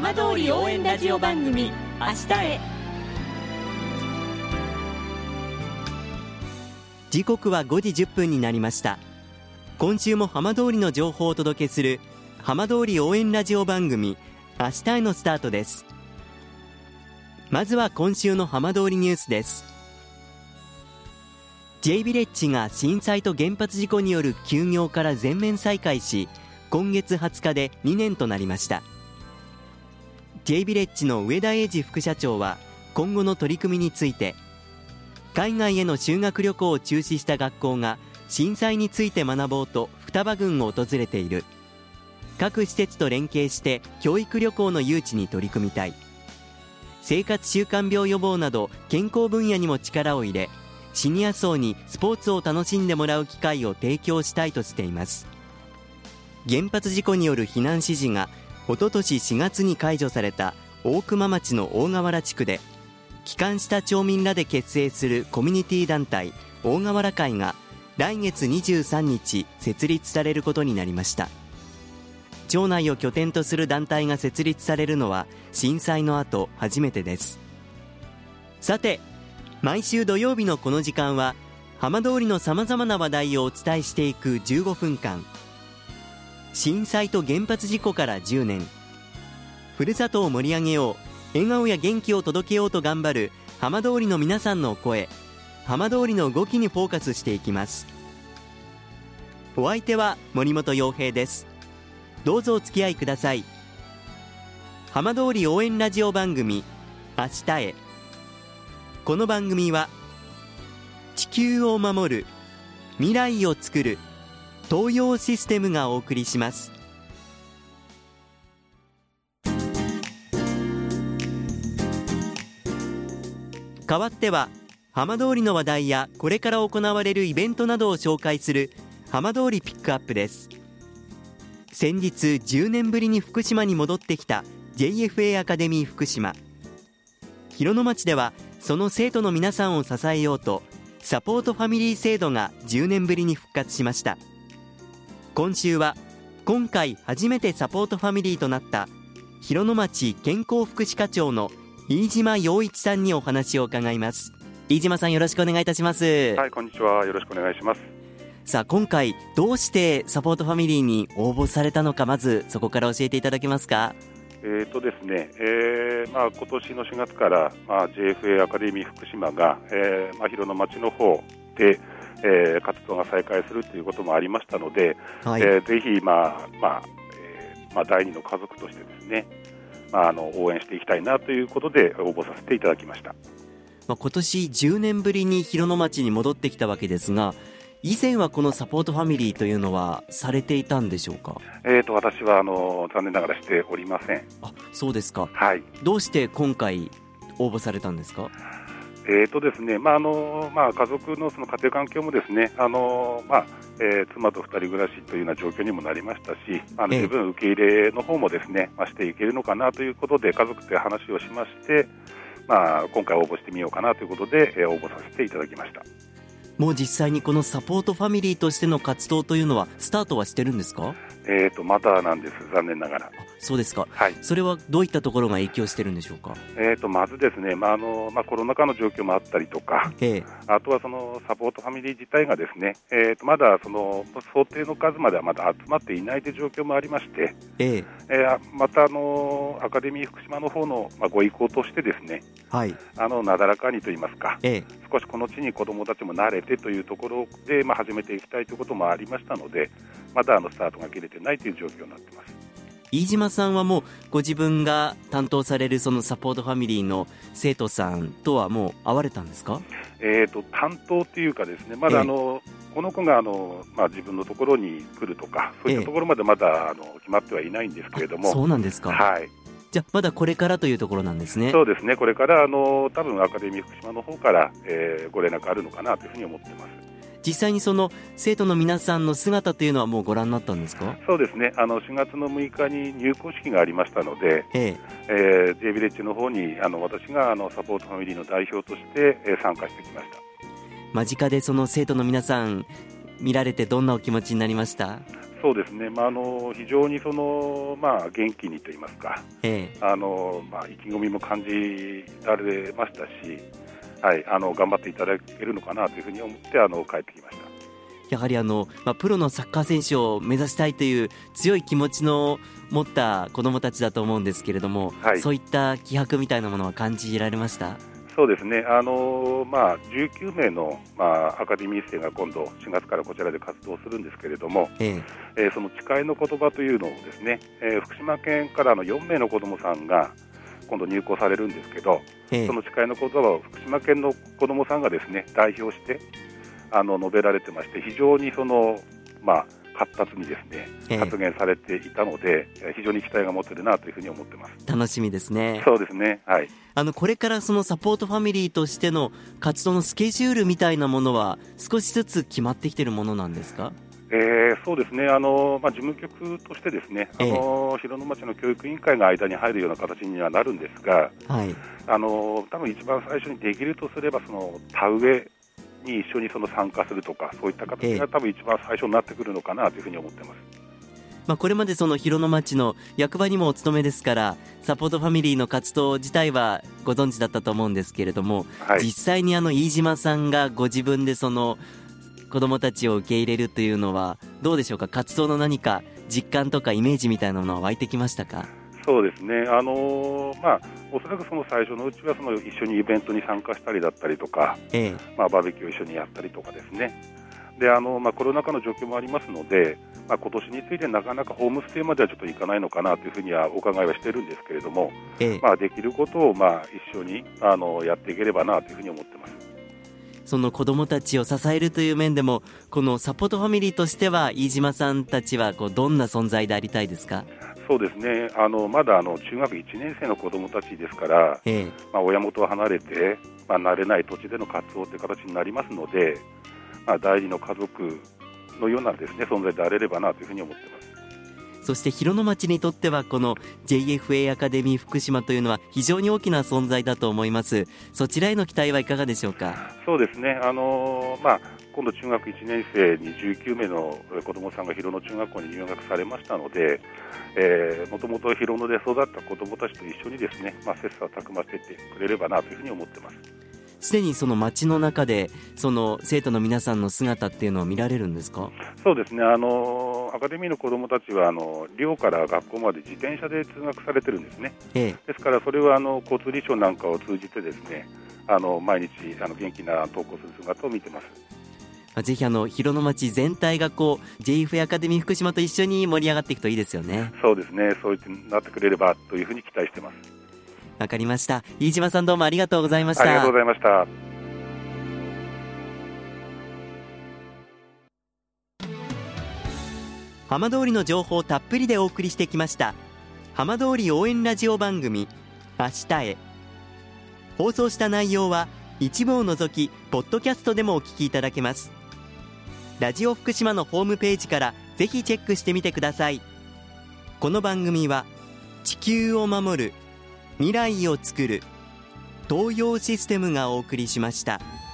浜通り応援ラジオ番組明日へ。 時刻は5時10分になりました。今週も浜通りの情報をお届けする浜通り応援ラジオ番組明日へのスタートです。まずは今週の浜通りニュースです。 J ヴィレッジが震災と原発事故による休業から全面再開し、今月20日で2年となりました。 J ヴィレッジの上田英二副社長は今後の取り組みについて、海外への修学旅行を中止した学校が震災について学ぼうと双葉郡を訪れている。各施設と連携して教育旅行の誘致に取り組みたい。生活習慣病予防など健康分野にも力を入れ、シニア層にスポーツを楽しんでもらう機会を提供したいとしています。原発事故による避難指示がおととし4月に解除された大熊町の大河原地区で、帰還した町民らで結成するコミュニティ団体大河原会が来月23日設立されることになりました。町内を拠点とする団体が設立されるのは震災の後初めてです。さて、毎週土曜日のこの時間は浜通りのさまざまな話題をお伝えしていく15分間。震災と原発事故から10年、ふるさとを盛り上げよう、笑顔や元気を届けようと頑張る浜通りの皆さんの声、浜通りの動きにフォーカスしていきます。お相手は森本洋平です。どうぞお付き合いください。浜通り応援ラジオ番組明日へ。この番組は地球を守る、未来をつくる東洋システムがお送りします。代わっては浜通りの話題やこれから行われるイベントなどを紹介する浜通りピックアップです。先日10年ぶりに福島に戻ってきた JFA アカデミー福島。広野町ではその生徒の皆さんを支えようとサポートファミリー制度が10年ぶりに復活しました。今週は今回初めてサポートファミリーとなった広野町健康福祉課長の飯島洋一さんにお話を伺います。飯島さん、よろしくお願いいたします。 はい、こんにちは。よろしくお願いします。 さあ、今回どうしてサポートファミリーに応募されたのか、まずそこから教えていただけますか。 ですね、今年の4月から、JFA アカデミー福島が、広野町の方で、活動が再開するということもありましたので、はい、ぜひ、第二の家族としてですね、応援していきたいなということで応募させていただきました。 今年10年ぶりに広野町に戻ってきたわけですが、以前はこのサポートファミリーというのはされていたんでしょうか。 私は残念ながらしておりません。 あ、そうですか。 はい。 どうして今回応募されたんですか。 ですね、家族のその家庭環境もですね、妻と2人暮らしというような状況にもなりましたし、十分受け入れの方もですね、していけるのかなということで家族で話をしまして、今回応募してみようかなということで、応募させていただきました。 もう実際にこのサポートファミリーとしての活動というのはスタートはしてるんですか。 まだなんです、残念ながら。 そうですか。 はい。 それはどういったところが影響してるんでしょうか。 まずですね、コロナ禍の状況もあったりとか、あとはそのサポートファミリー自体がですね、まだその想定の数まではまだ集まっていないという状況もありまして、またアカデミー福島の方の、ご意向としてですね、 はい、 なだらかにといいますか、少しこの地に子どもたちも慣れてというところで、始めていきたいということもありましたので、まだスタートが切れてないという状況になっています。 飯島さんはもうご自分が担当されるそのサポートファミリーの生徒さんとはもう会われたんですか。 担当というかですね、まだこの子が自分のところに来るとか、そういったところまでまだ決まってはいないんですけれども。 そうなんですか。 はい。 じゃあまだこれからというところなんですね。 そうですね、これから多分アカデミー福島の方から、ご連絡あるのかなというふうに思っています。 実際にその生徒の皆さんの姿というのはもうご覧になったんですか。 そうですね、4月の6日に入校式がありましたので、J ヴィレッジの方に私がサポートファミリーの代表として、参加してきました。 間近でその生徒の皆さん見られてどんなお気持ちになりました。 そうですね、非常に元気にといいますか、意気込みも感じられましたし、頑張っていただけるのかなというふうに思って帰ってきました。 やはりプロのサッカー選手を目指したいという強い気持ちの持った子どもたちだと思うんですけれども、そういった気迫みたいなものは感じられました？ そうですね、19名の、アカデミー生が今度4月からこちらで活動するんですけれども、その誓いの言葉というのをですね、福島県から4名の子どもさんが今度入校されるんですけど、その誓いの言葉を福島県の子どもさんがですね代表して述べられてまして、非常に活発にですね、発言されていたので、非常に期待が持てるなというふうに思ってます。 楽しみですね。 そうですね、 これからそのサポートファミリーとしての活動のスケジュールみたいなものは少しずつ決まってきているものなんですか？ そうですね、事務局としてですね、広野町の教育委員会が間に入るような形にはなるんですが、多分一番最初にできるとすればその田植えに一緒に参加するとか、そういった形が多分一番最初になってくるのかなというふうに思ってます。 これまでその広野町の役場にもお勤めですから、サポートファミリーの活動自体はご存知だったと思うんですけれども、実際に飯島さんがご自分でその子どもたちを受け入れるというのはどうでしょうか？活動の何か実感とかイメージみたいなものは湧いてきましたか？ そうですね、おそらくその最初のうちは一緒にイベントに参加したりだったりとか、バーベキューを一緒にやったりとかですね。でコロナ禍の状況もありますので、今年についてなかなかホームステイまではちょっといかないのかなというふうにはお伺いはしているんですけれども、できることを一緒にやっていければなというふうに思ってます。 その子どもたちを支えるという面でも、このサポートファミリーとしては飯島さんたちはどんな存在でありたいですか？ そうですね、まだ中学1年生の子どもたちですから、親元を離れて、慣れない土地での活動という形になりますので、第二の家族のようなですね存在であれればなというふうに思っています。 そして広野町にとってはこの JFA アカデミー福島というのは非常に大きな存在だと思います。そちらへの期待はいかがでしょうか？ そうですね、今度中学1年生に19名の子どもさんが広野中学校に入学されましたので、もともと広野で育った子どもたちと一緒にですね、切磋琢磨していってくれればなというふうに思ってます。 すでにその町の中でその生徒の皆さんの姿っていうのは見られるんですか？ そうですね、アカデミーの子どもたちは寮から学校まで自転車で通学されてるんですね。ですからそれは交通履証なんかを通じてですね、毎日元気な登校する姿を見てます。 ぜひ広野町全体がJFA アカデミー福島と一緒に盛り上がっていくといいですよね。 そうですね、そう言ってなってくれればというふうに期待してます。 わかりました。飯島さんどうもありがとうございました。 ありがとうございました。 浜通りの情報をたっぷりでお送りしてきました浜通り応援ラジオ番組明日へ。放送した内容は一部を除きポッドキャストでもお聞きいただけます。ラジオ福島のホームページからぜひチェックしてみてください。この番組は地球を守る未来をつくる東洋システムがお送りしました。